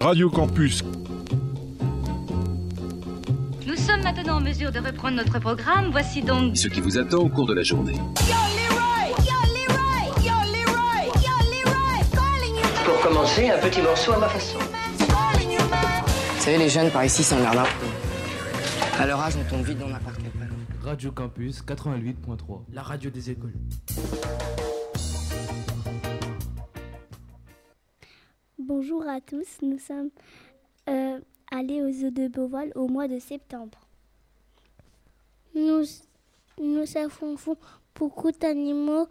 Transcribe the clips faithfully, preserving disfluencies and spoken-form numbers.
Radio Campus. Nous sommes maintenant en mesure de reprendre notre programme. Voici donc ce qui vous attend au cours de la journée. Pour commencer, un petit morceau à ma façon. Vous savez, les jeunes par ici s'emmerdent un peu. À leur âge, on tombe vite dans n'importe quel panneau. Radio Campus quatre-vingt-huit point trois, la radio des écoles. Bonjour à tous, nous sommes euh, allés au zoo de Beauval au mois de septembre. Nous, nous avons vu beaucoup d'animaux,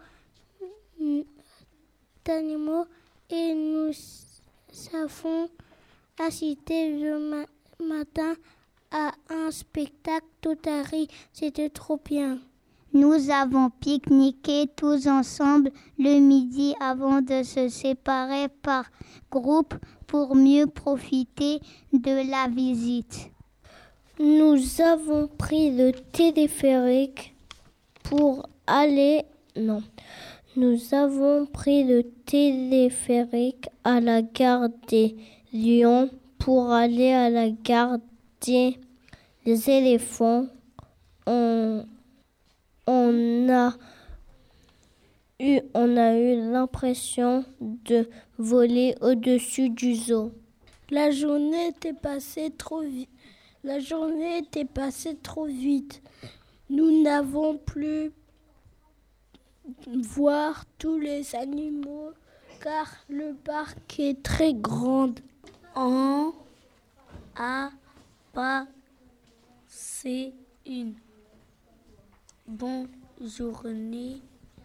d'animaux et nous avons assisté le ma- matin à un spectacle tout à rire. C'était trop bien. Nous avons pique-niqué tous ensemble le midi avant de se séparer par groupe pour mieux profiter de la visite. Nous avons pris le téléphérique pour aller... Non. Nous avons pris le téléphérique à la gare des Lions pour aller à la gare des éléphants. On... On a eu, on a eu l'impression de voler au-dessus du zoo. La journée était passée trop vite. La journée était passée trop vite. Nous n'avons plus voir tous les animaux car le parc est très grand. On a passé une bonne journée,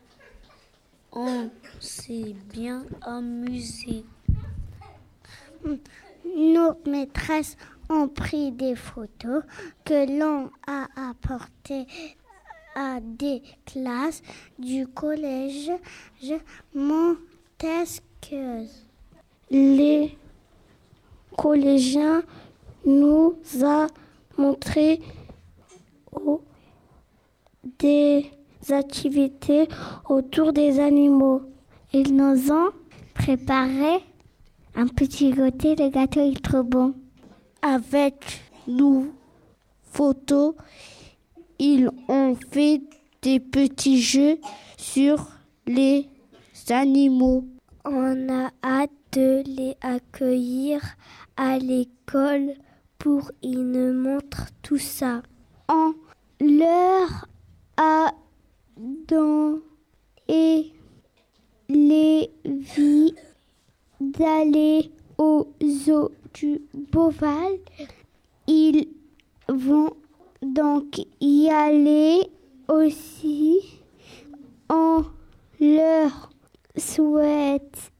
on s'est bien amusé. Nos maîtresses ont pris des photos que l'on a apportées à des classes du collège Montesquieu. Les collégiens nous ont montré au des activités autour des animaux. Ils nous ont préparé un petit goûter, le gâteau est trop bon. Avec nos photos, ils ont fait des petits jeux sur les animaux. On a hâte de les accueillir à l'école pour qu'ils nous montrent tout ça. On leur a dans et les vies d'aller au zoo du Beauval. Ils vont donc y aller aussi. On leur souhaite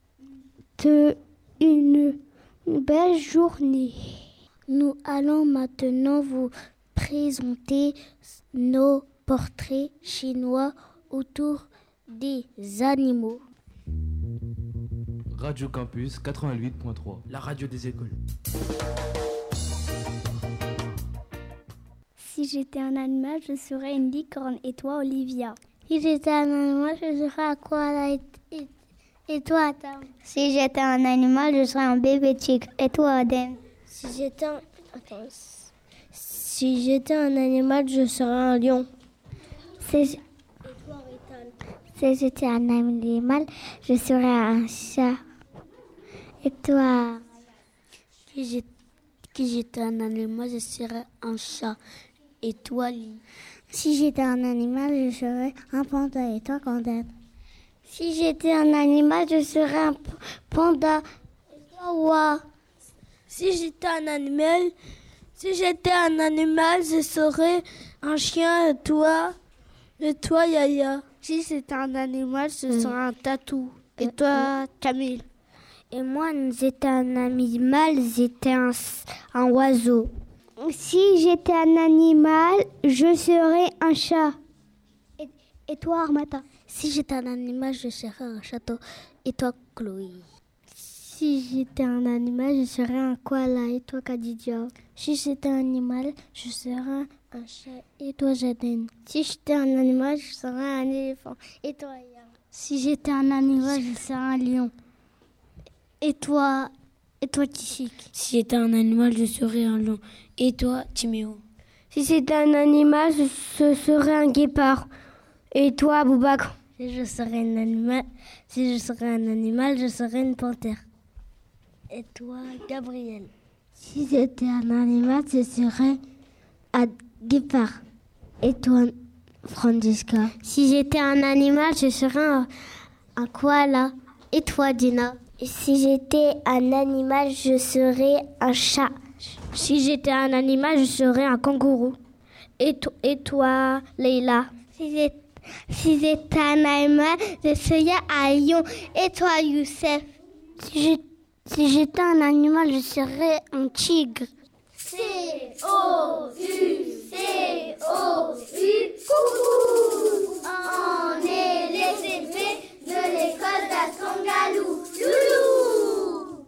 une belle journée. Nous allons maintenant vous présenter nos portraits chinois autour des animaux. Radio Campus quatre-vingt-huit point trois, la radio des écoles. Si j'étais un animal, je serais une licorne. Et toi, Olivia? Si j'étais un animal, je serais un koala. Et, et, et toi, Adam? Si j'étais un animal, je serais un bébé tigre. Et toi, Adam? Si j'étais un... Attends. Si j'étais un animal, je serais un lion. Si, je... si j'étais un animal, je serais un chat. Et toi? Si j'étais un animal, je serais un chat. Et toi, Lee? Si j'étais un animal, je serais un panda. Et toi, Condette? Si j'étais un animal, je serais un panda. Et toi, Wa? Si j'étais un animal, si j'étais un animal, je serais un chien. Et toi? Et toi, Yaya? Si c'était un animal, ce serait un tatou. Et toi, Camille? Et moi, j'étais un animal, j'étais un, un oiseau. Si j'étais un animal, je serais un chat. Et, et toi, Armata? Si j'étais un animal, je serais un château. Et toi, Chloé? Si j'étais un animal, je serais un koala. Et toi, Khadija? Si j'étais un animal, je serais un chat. Et toi, Jaden? Si j'étais un animal, je serais un éléphant. Et toi, Yann? Si j'étais un animal, je serais un lion. Et toi, Et toi, Tishik? Si j'étais un animal, je serais un lion. Et toi, Timéo? Si c'était un animal, ce serait un guépard. Et toi, Boubac? Si je serais un animal, si je serais un animal, je serais une panthère. Et toi, Gabriel? Si j'étais un animal, ce serait un guépard. Et toi, Francesca? Si j'étais un animal, je serais un, un koala. Et toi, Dina? Si j'étais un animal, je serais un chat. Si j'étais un animal, je serais un kangourou. Et, to- et toi, Leïla? Si j'étais, si j'étais un animal, je serais un lion. Et toi, Youssef? Si, je, si j'étais un animal, je serais un tigre. C O U C O U Coucou. On est les épées de l'école d'Askangalou. Loulou.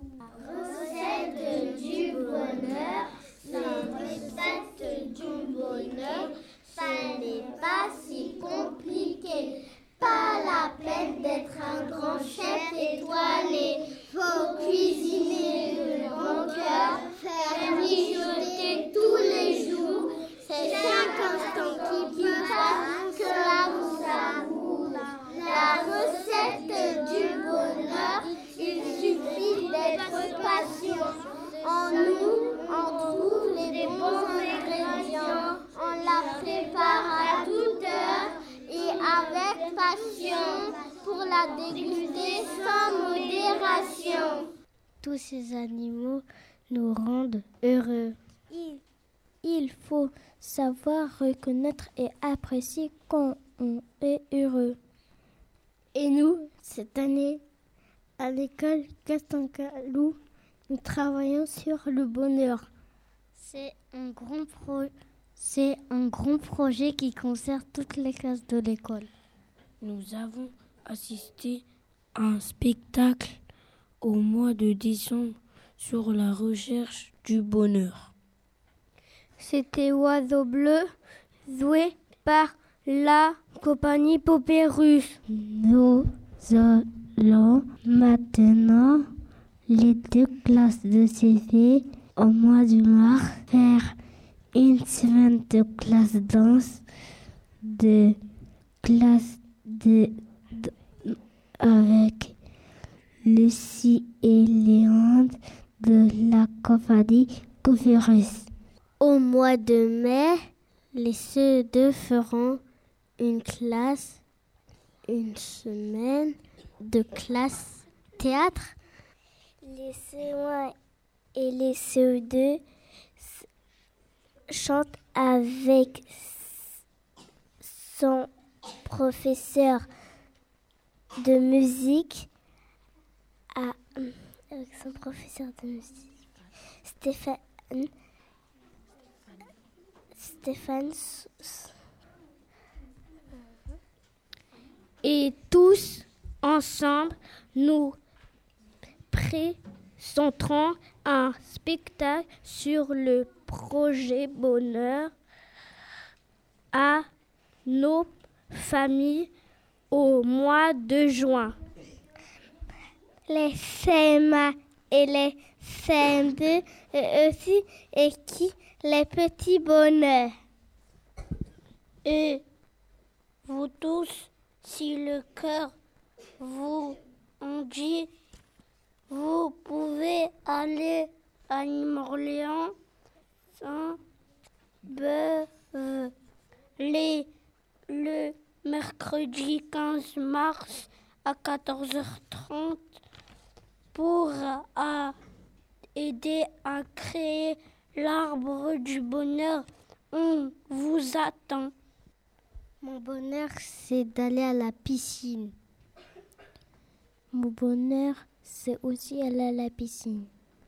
Recette du bonheur, la recette du bonheur, ça n'est pas si compliqué. Pas la peine d'être un grand chef étoilé. Faut cuisiner de bon cœur, faire mijoter tous les jours. C'est chaque instant qui passe que là vous savoure. La recette du bonheur, il suffit d'être patient. En nous, on trouve les bons ingrédients. On la prépare à toute heure et avec passion pour la déguster sans modération. Tous ces animaux nous rendent heureux. Il, il faut savoir reconnaître et apprécier quand on est heureux. Et nous, cette année, à l'école Gaston-Calou, nous travaillons sur le bonheur. C'est un grand pro- c'est un grand projet qui concerne toutes les classes de l'école. Nous avons assisté à un spectacle au mois de décembre sur la recherche du bonheur. C'était Oiseau Bleu, joué par la compagnie Poupée Russe. Nous allons maintenant, les deux classes de C V, au mois de mars, faire une semaine de classe danse, de classe de, de avec Lucie et Léandre de la compagnie Poupée Russe. Au mois de mai, les C E deux feront une classe, une semaine de classe théâtre. Les C E un et les C E deux chantent avec son professeur de musique, à, avec son professeur de musique, Stéphane. Stéphane. Et tous ensemble, nous présenterons un spectacle sur le projet bonheur à nos familles au mois de juin. Les C M A et les C M deux et aussi et qui les petits bonheurs. Et vous tous, si le cœur vous en dit, vous pouvez aller à Nîmes-Orléans sans beurre les le mercredi quinze mars à quatorze heures trente pour à aider à créer l'arbre du bonheur. On vous attend. Mon bonheur, c'est d'aller à la piscine. Mon bonheur, c'est aussi aller à la piscine.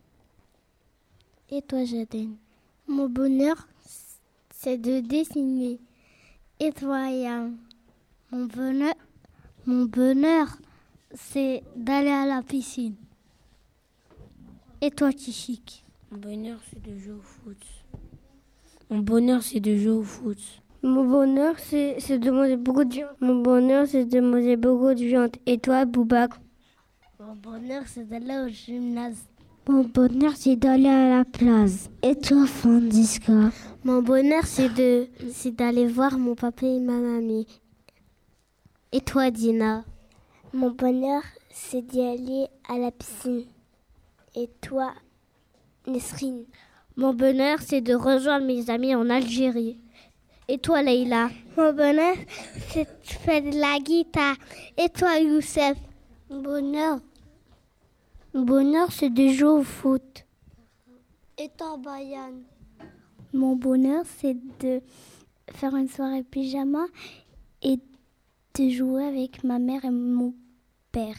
Et toi, Jaden? Mon bonheur, c'est de dessiner. Et toi, Yann? Mon bonheur, mon bonheur, c'est d'aller à la piscine. Et toi, Tishik? Mon bonheur, c'est de jouer au foot. Mon bonheur, c'est de jouer au foot. Mon bonheur, c'est, c'est de manger beaucoup de viande. Mon bonheur, c'est de manger beaucoup de viande. Et toi, Boubac? Mon bonheur, c'est d'aller au gymnase. Mon bonheur, c'est d'aller à la plage. Et toi, Franziska? Mon bonheur, c'est de, c'est d'aller voir mon papa et ma mamie. Et toi, Dina? Mon bonheur, c'est d'y aller à la piscine. Et toi, Nesrine? Mon bonheur, c'est de rejoindre mes amis en Algérie. Et toi, Leïla? Mon bonheur, c'est de faire de la guitare. Et toi, Youssef? Mon bonheur, mon bonheur, c'est de jouer au foot. Et toi, Bayan? Mon bonheur, c'est de faire une soirée pyjama et de jouer avec ma mère et mon père.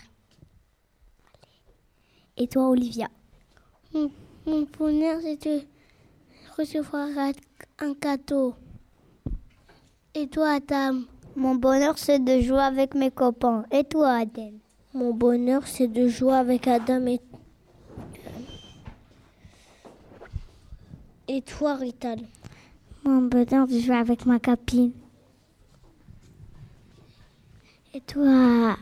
Et toi, Olivia? Mon, mon bonheur, c'est de recevoir un cadeau. Et toi, Adam? Mon bonheur, c'est de jouer avec mes copains. Et toi, Adam? Mon bonheur, c'est de jouer avec Adam et... Et toi, Rital? Mon bonheur, c'est de jouer avec ma copine. Et toi,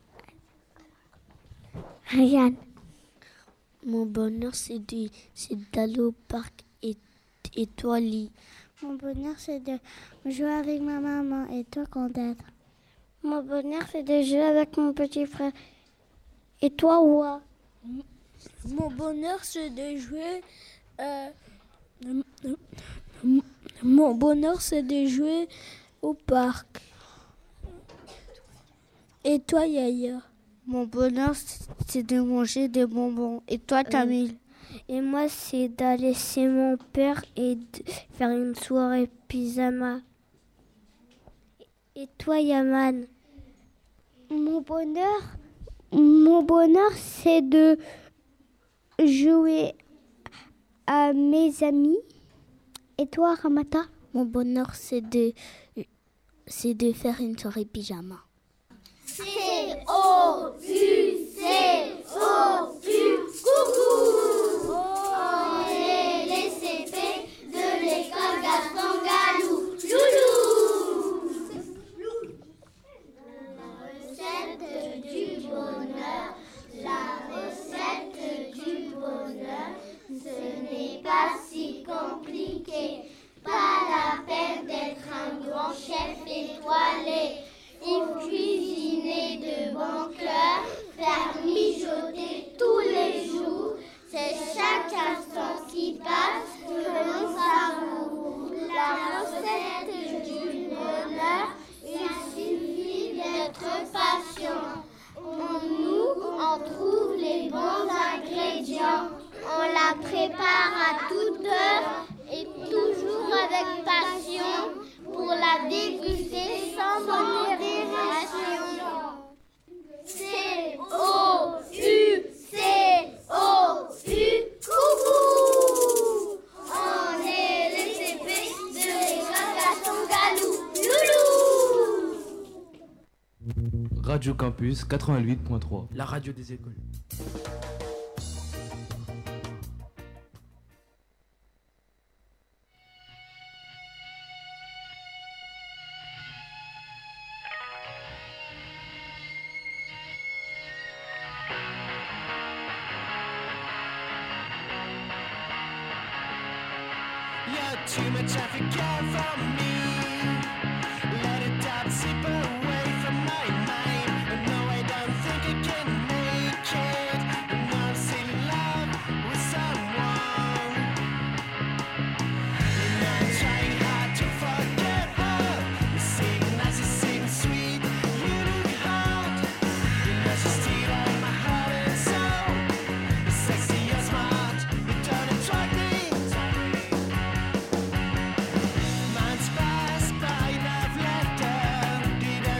Ryan? Mon bonheur, c'est de, c'est d'aller au parc. Et, et toi, Lee? Mon bonheur, c'est de jouer avec ma maman. Et toi, Condette? Mon bonheur, c'est de jouer avec mon petit frère. Et toi, Oua? Mon bonheur, c'est de jouer... Euh, mon bonheur, c'est de jouer au parc. Et toi, Yaya? Mon bonheur, c'est de manger des bonbons. Et toi, Camille? Et moi, c'est d'aller chez mon père et de faire une soirée pyjama. Et toi, Yaman? Mon bonheur, mon bonheur, c'est de jouer à mes amis. Et toi, Ramata? Mon bonheur, c'est de, c'est de faire une soirée pyjama. C O U C O U Coucou! On est les C P de l'école Gaston Galou. Loulou! La recette du bonheur, la recette du bonheur, ce n'est pas si compliqué. Pas la peine d'être un grand chef étoilé. Il faut cuisiner de bon cœur, faire mijoter tous les jours. C'est chaque instant qui passe que l'on savoure. La recette du bonheur, il suffit d'être patient. On nous en trouve les bons ingrédients. On la prépare à toute heure et toujours avec passion pour la déguster sans modération. C O U C O U Coucou! On est les C P de l'école Gaston Galou. Loulou! Radio Campus quatre-vingt-huit point trois, la radio des écoles. Too much I forget from me. Let it doubt slip away from my mind. And no, I don't think I can make it. And now I'm still in love with someone. And I'm trying hard to forget her. You seem nice, you seem sweet. You look hot. You know she's still on my heart and soul. You're sexy, you're smart. You don't attract me. Months passed by, love left her. Didn't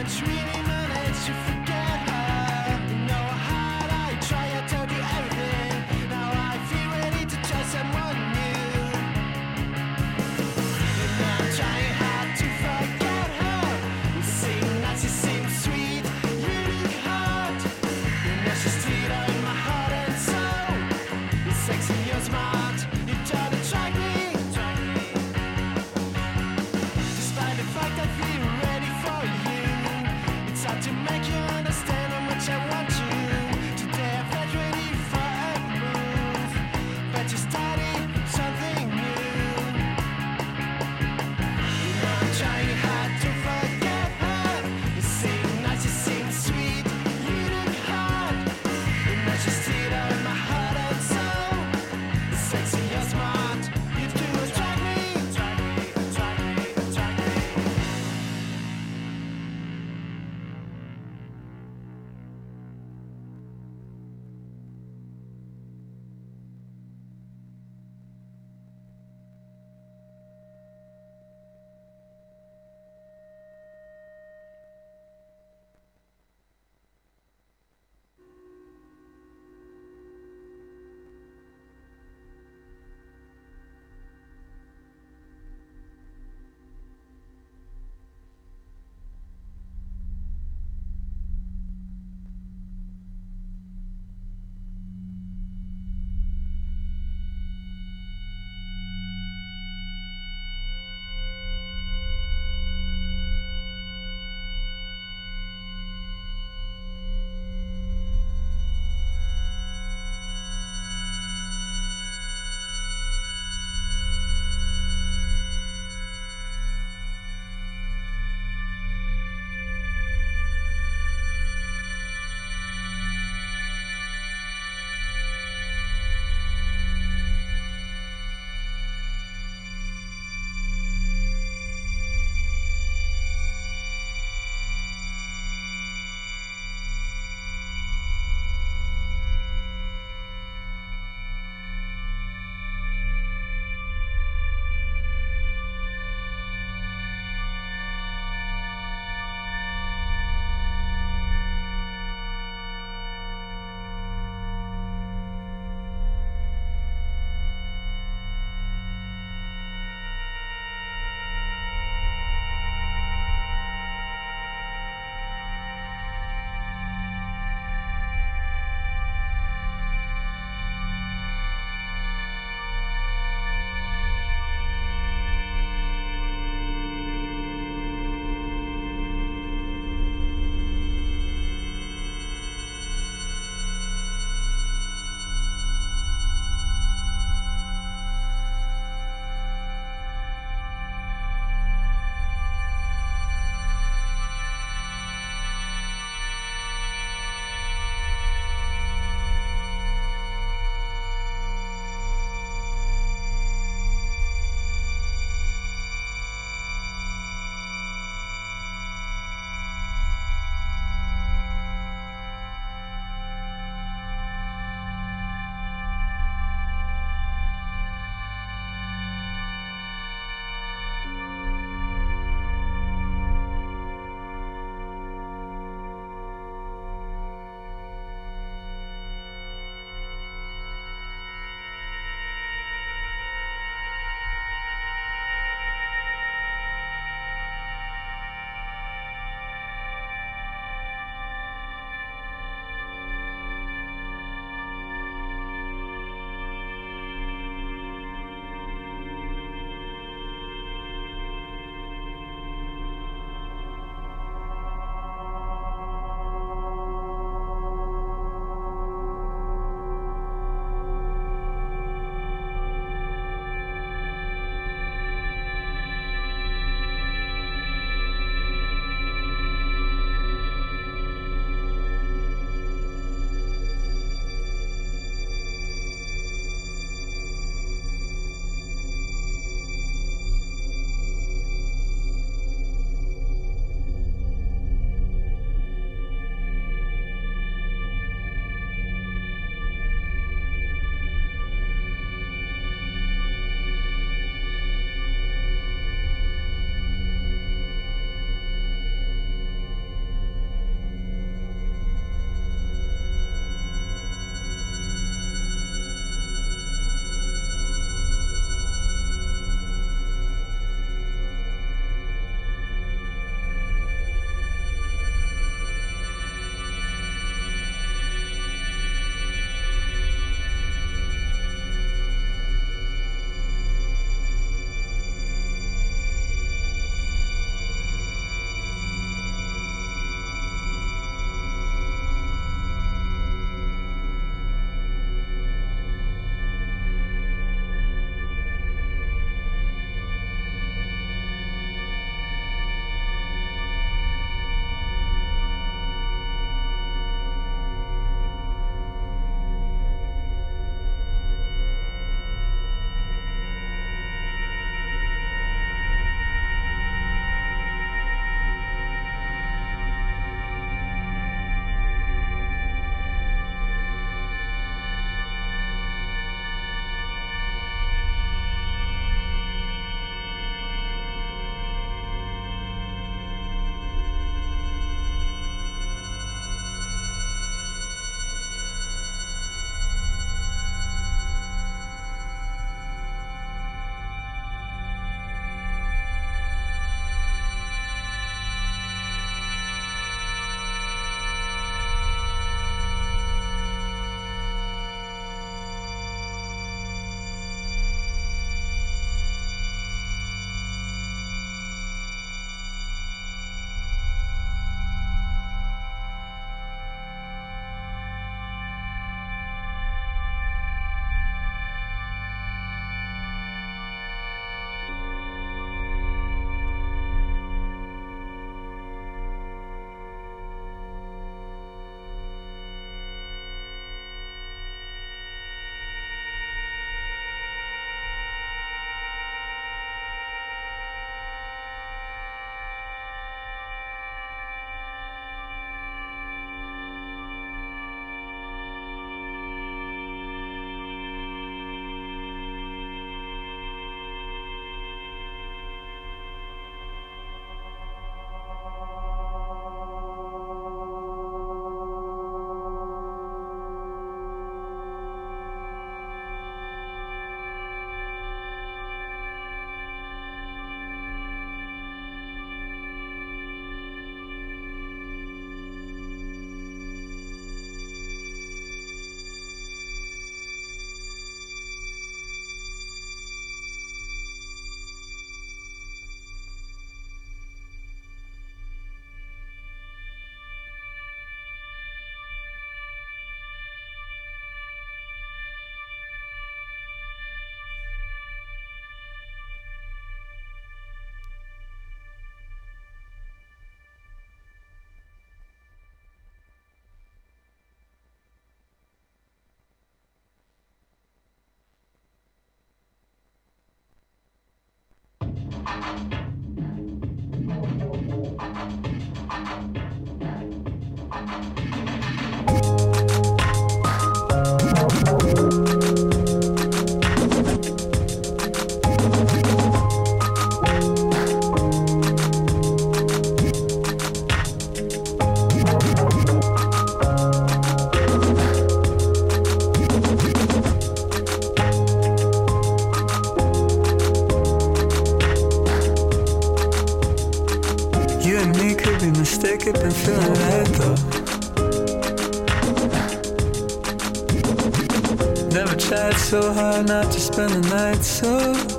So hard not to spend the night so.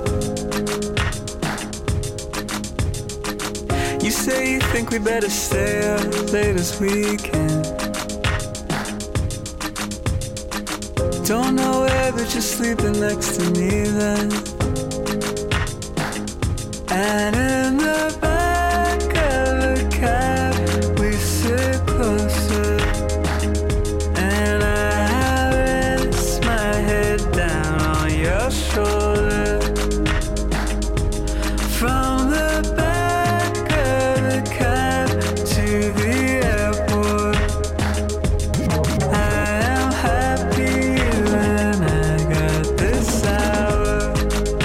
You say you think we better stay up late this weekend. Don't know where, but you're sleeping next to me then. And in the back of the cab we sit closer. And I rest my head down on your shoulder. From the back of the cab to the airport, I am happy you and I got this hour.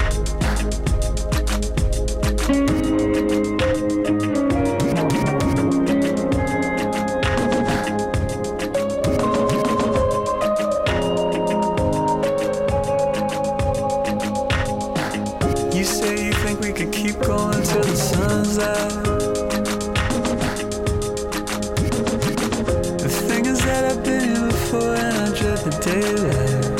You say you think we could keep going till the sun's out. The thing is that I've been here before and I dread the daylight.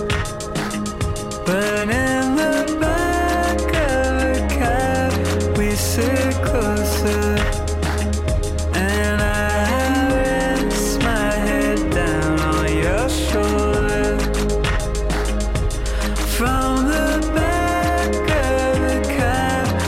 But in the back of the cab we sit closer. And I rest my head down on your shoulder. From the back of the cab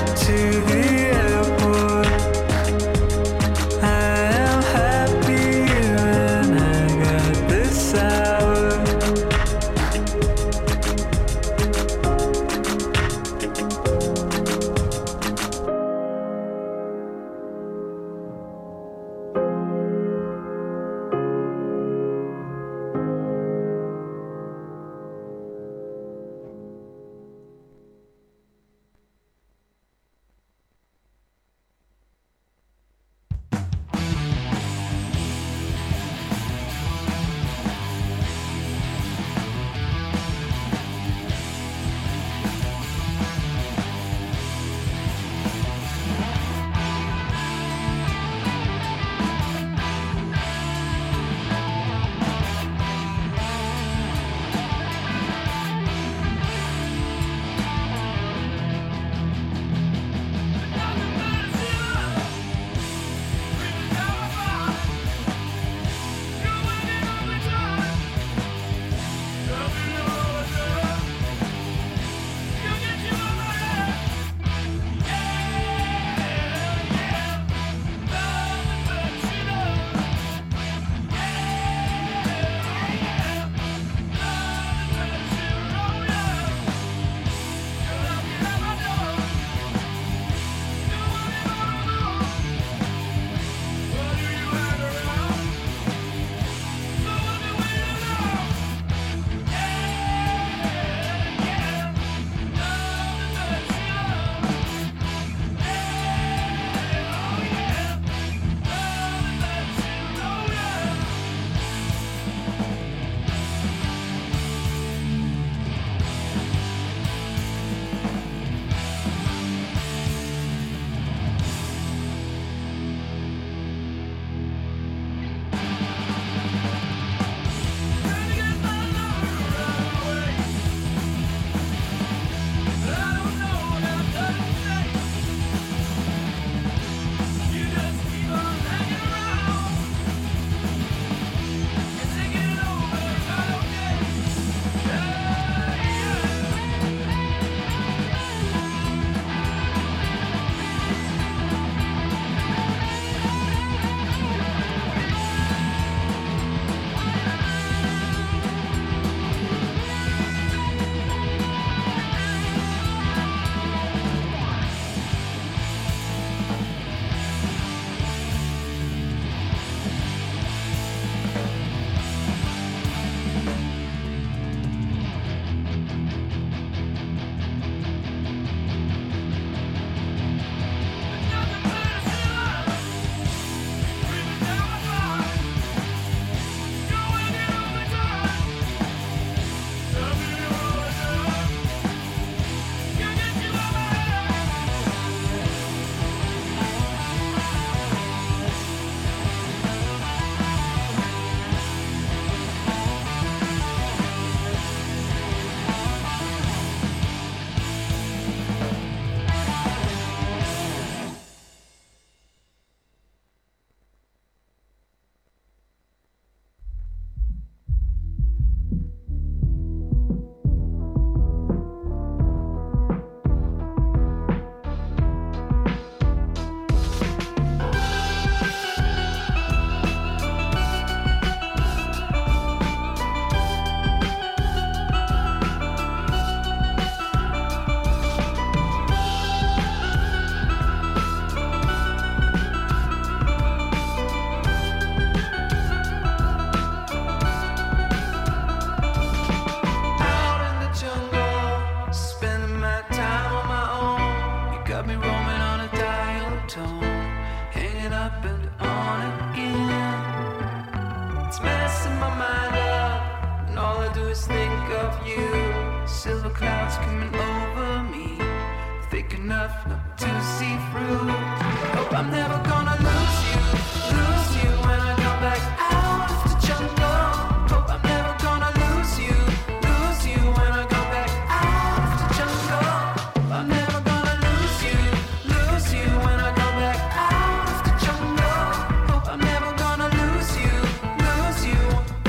clouds coming over me, thick enough to see through. Hope I'm never gonna lose you, lose you when I come back out of the jungle. Hope I'm never gonna lose you, lose you when I come back out of the jungle. Hope I'm never gonna lose you, lose you when I come back out of the jungle. Hope I'm never gonna lose you, lose you.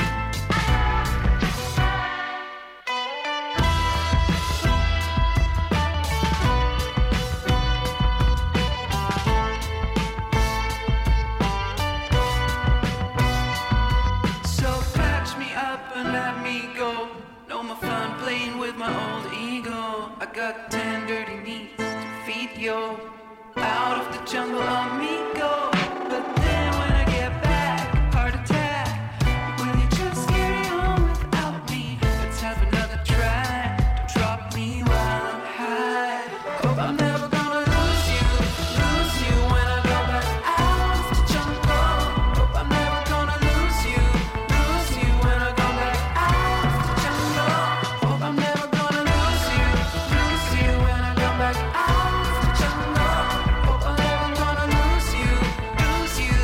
So patch me up and let me go. No more fun playing with my old ego. I got ten dirty needs to feed, yo. Out of the jungle on me go. But then when I get back, heart attack. Will you just carry on without me? Let's have another try. Don't drop me while I'm high. Hope I'm never gonna lose you, lose you when I go back out of the jungle. Hope I'm never gonna lose you, lose you when I go back out of the jungle. Hope I'm never gonna lose you, lose you when I come back out of the jungle. Hope I'm never gonna lose you, lose you.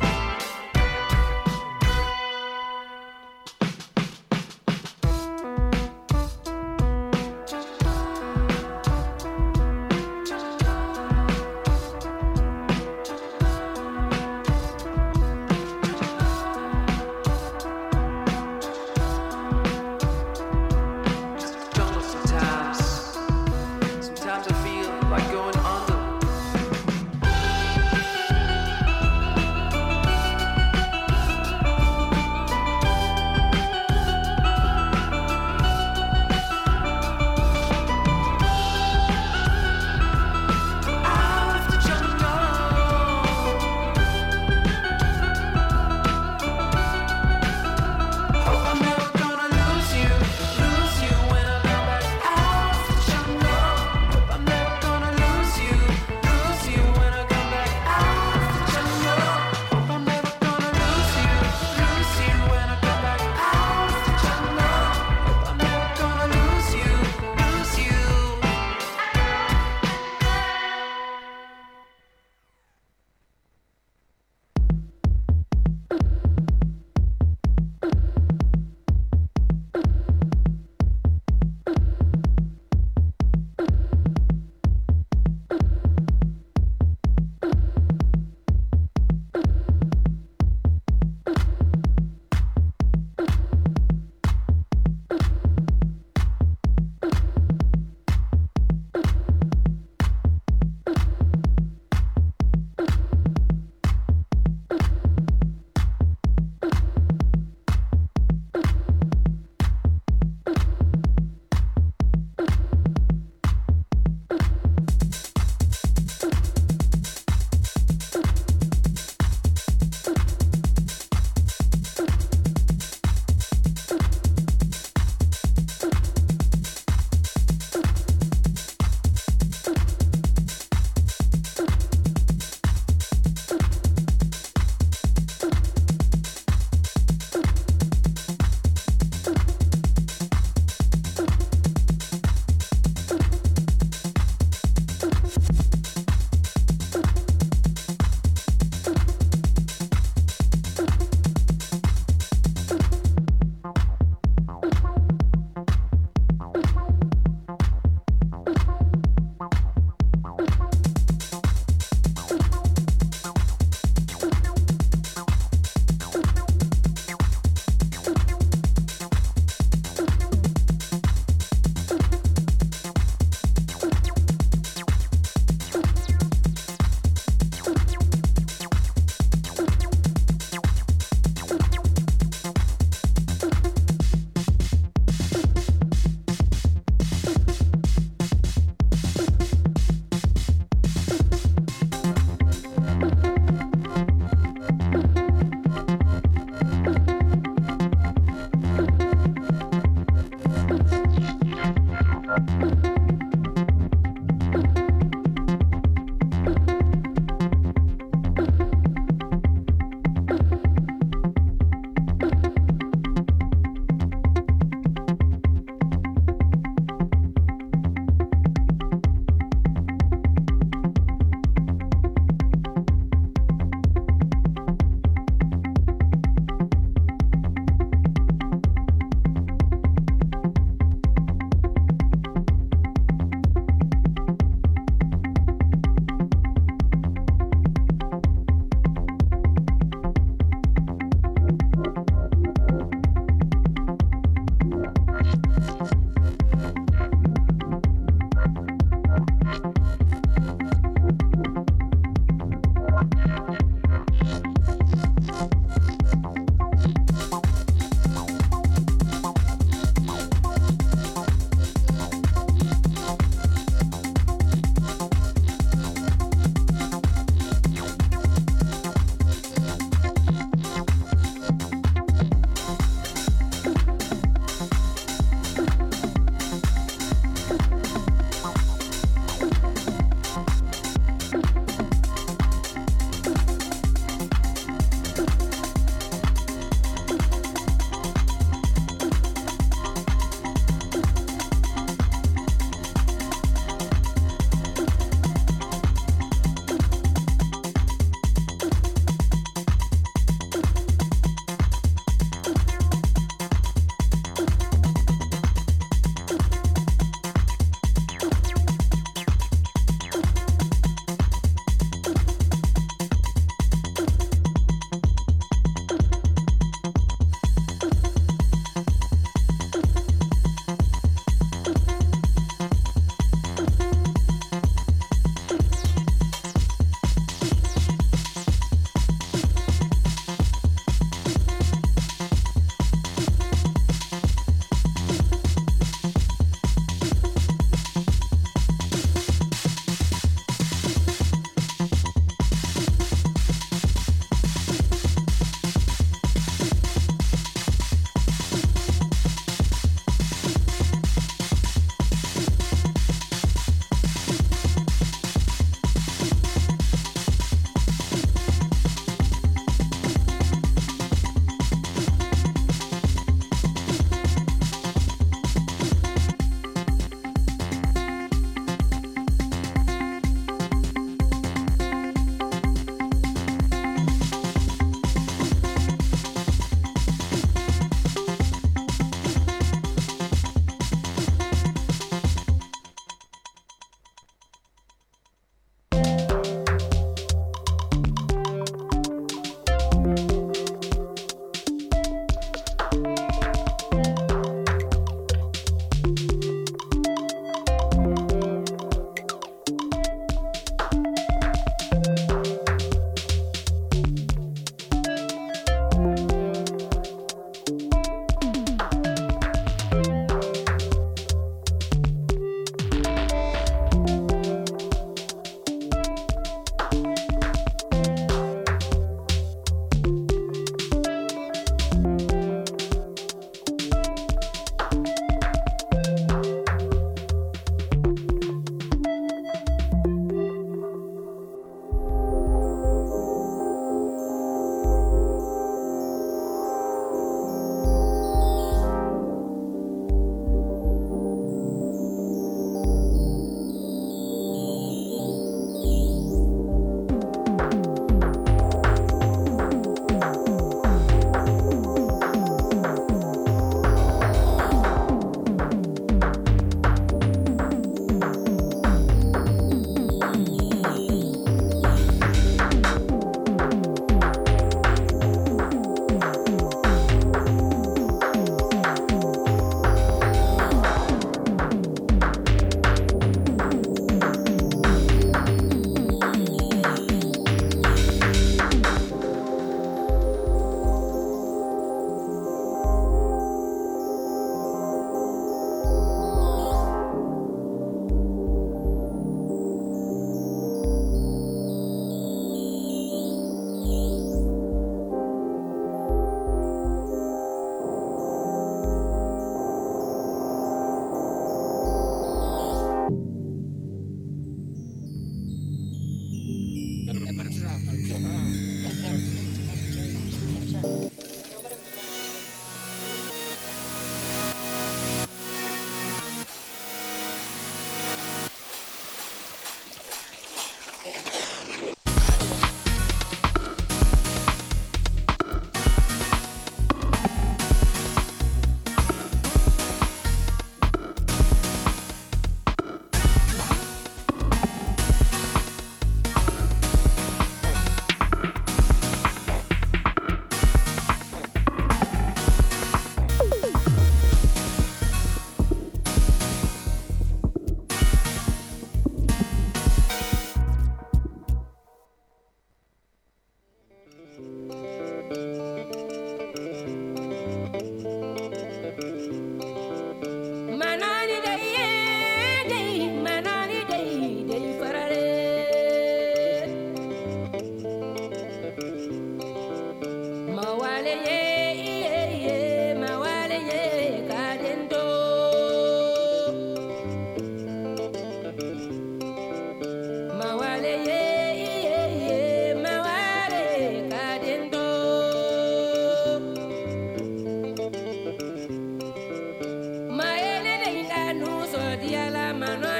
Jungle sometimes. Sometimes I feel like going under. Out of the jungle. Hope I'm never gonna lose you, lose you when I come back out of the jungle. Hope I'm never gonna lose you, lose you when I come back out of the jungle. Hope I'm never gonna lose you, lose you when I come back out of the jungle. Hope I'm never gonna lose you, lose you.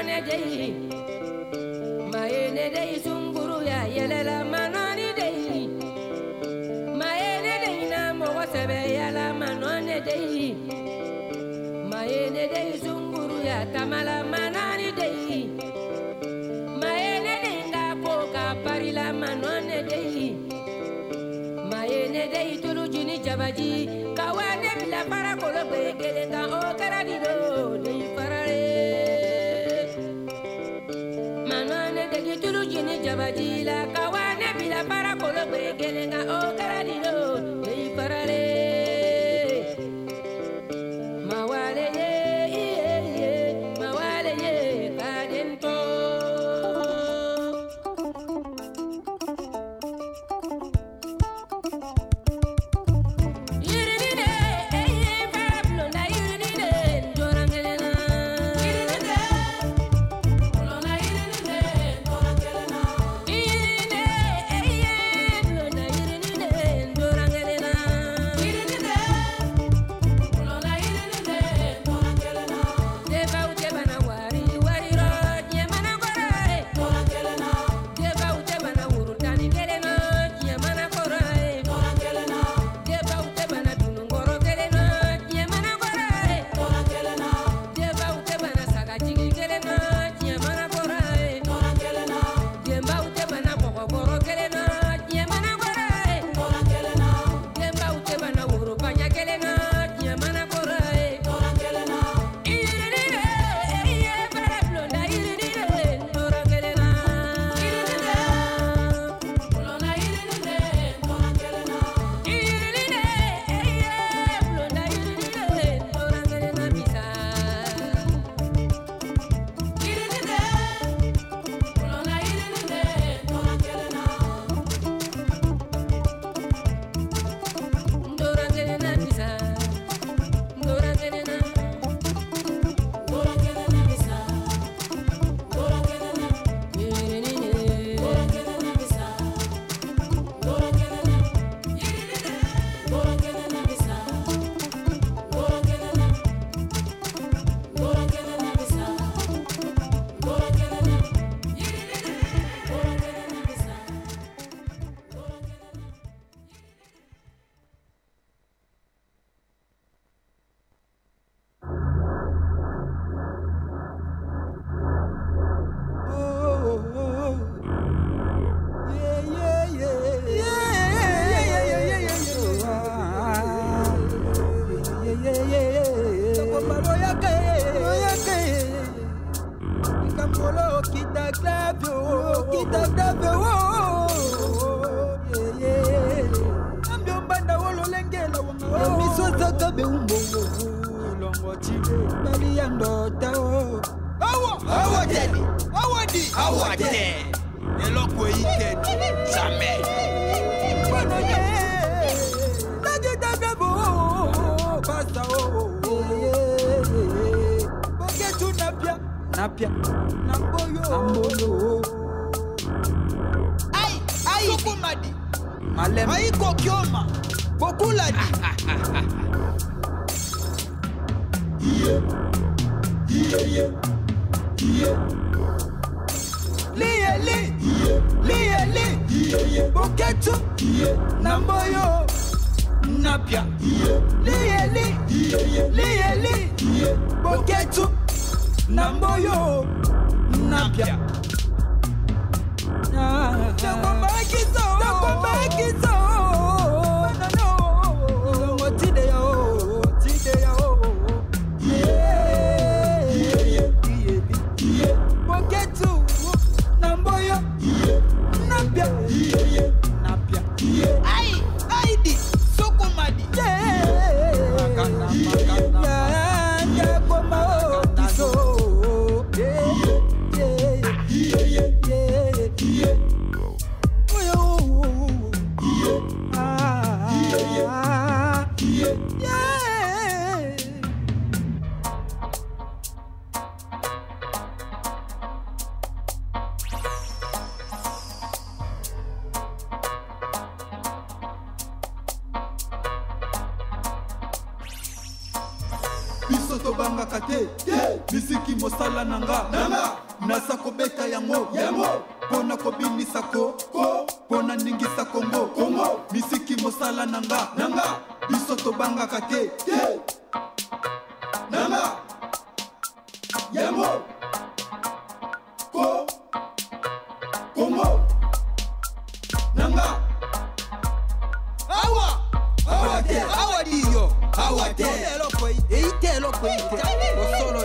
manone dei maene dei sunguru ya yelela manoni dei maene dei na mo wasebe yala manone dei maene dei sunguru ya tamala manani dei maene dei nga poka parila manone dei maene dei tulu jini jabaji kawane bila para kolo begele ka o karadido dei farare manone dei tulu jini jabaji la kawane bila para kolo begele ka o karadido dei farare mawale ye ye ye mawale ye kadento Yeah. tobangaka te misiki mosala nanga nasa kobeta yango mpona kobimisa ko mpona ningisa kongo misiki mosala nanga biso tobangaka te yango ko kongo nanga awa awa te awa diyo awa te eloko ite eloko ite osolo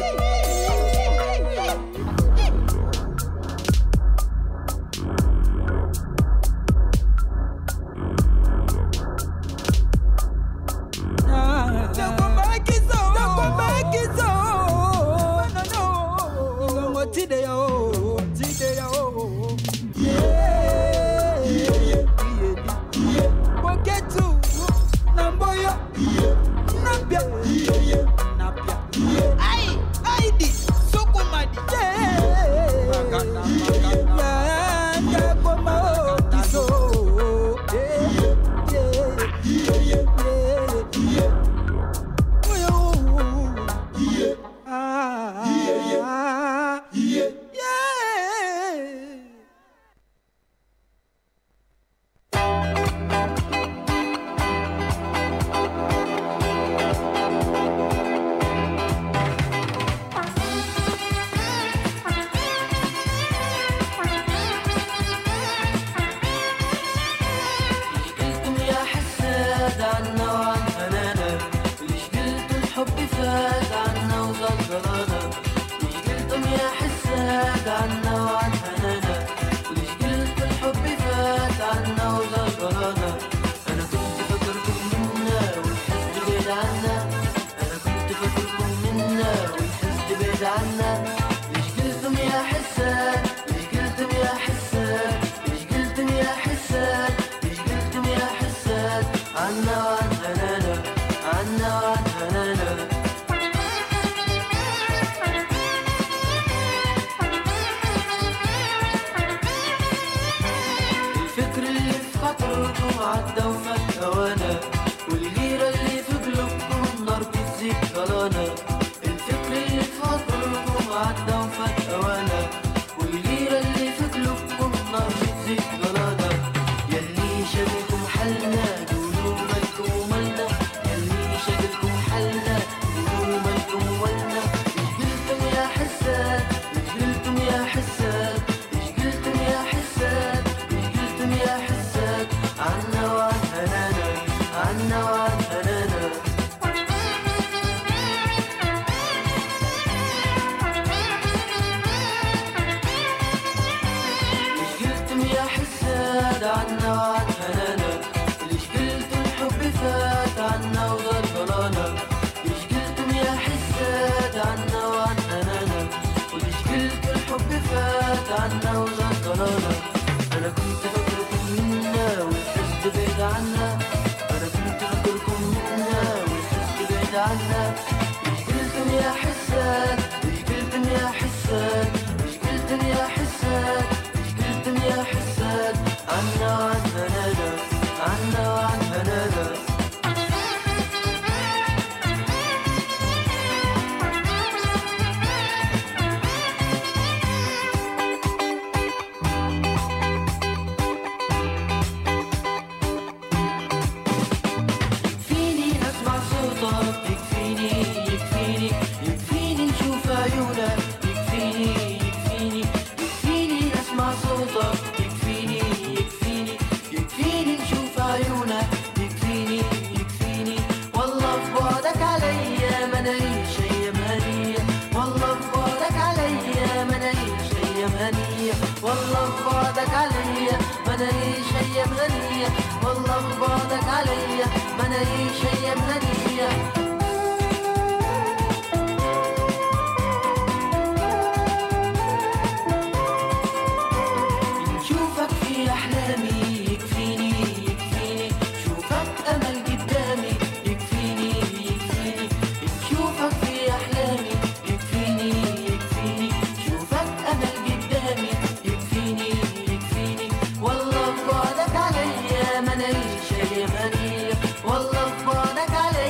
والله ببعدك عليا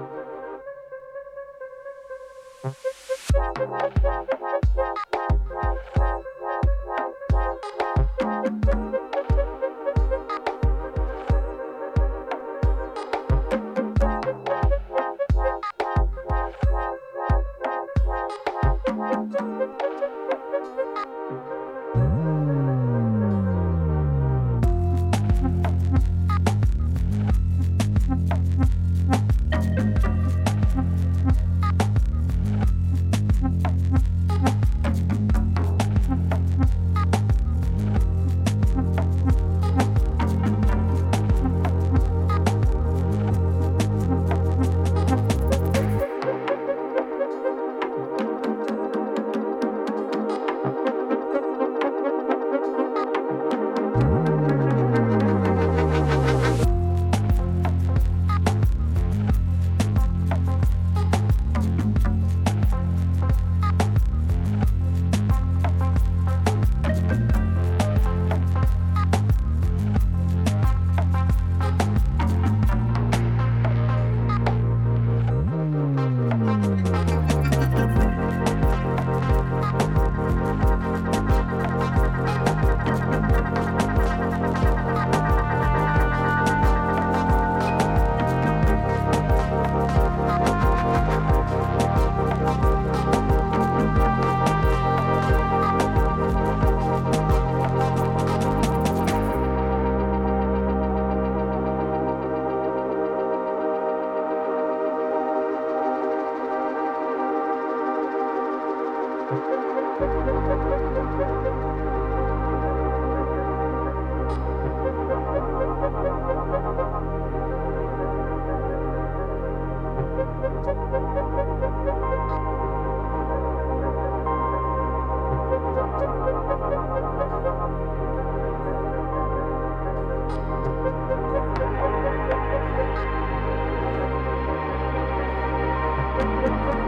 Thank you.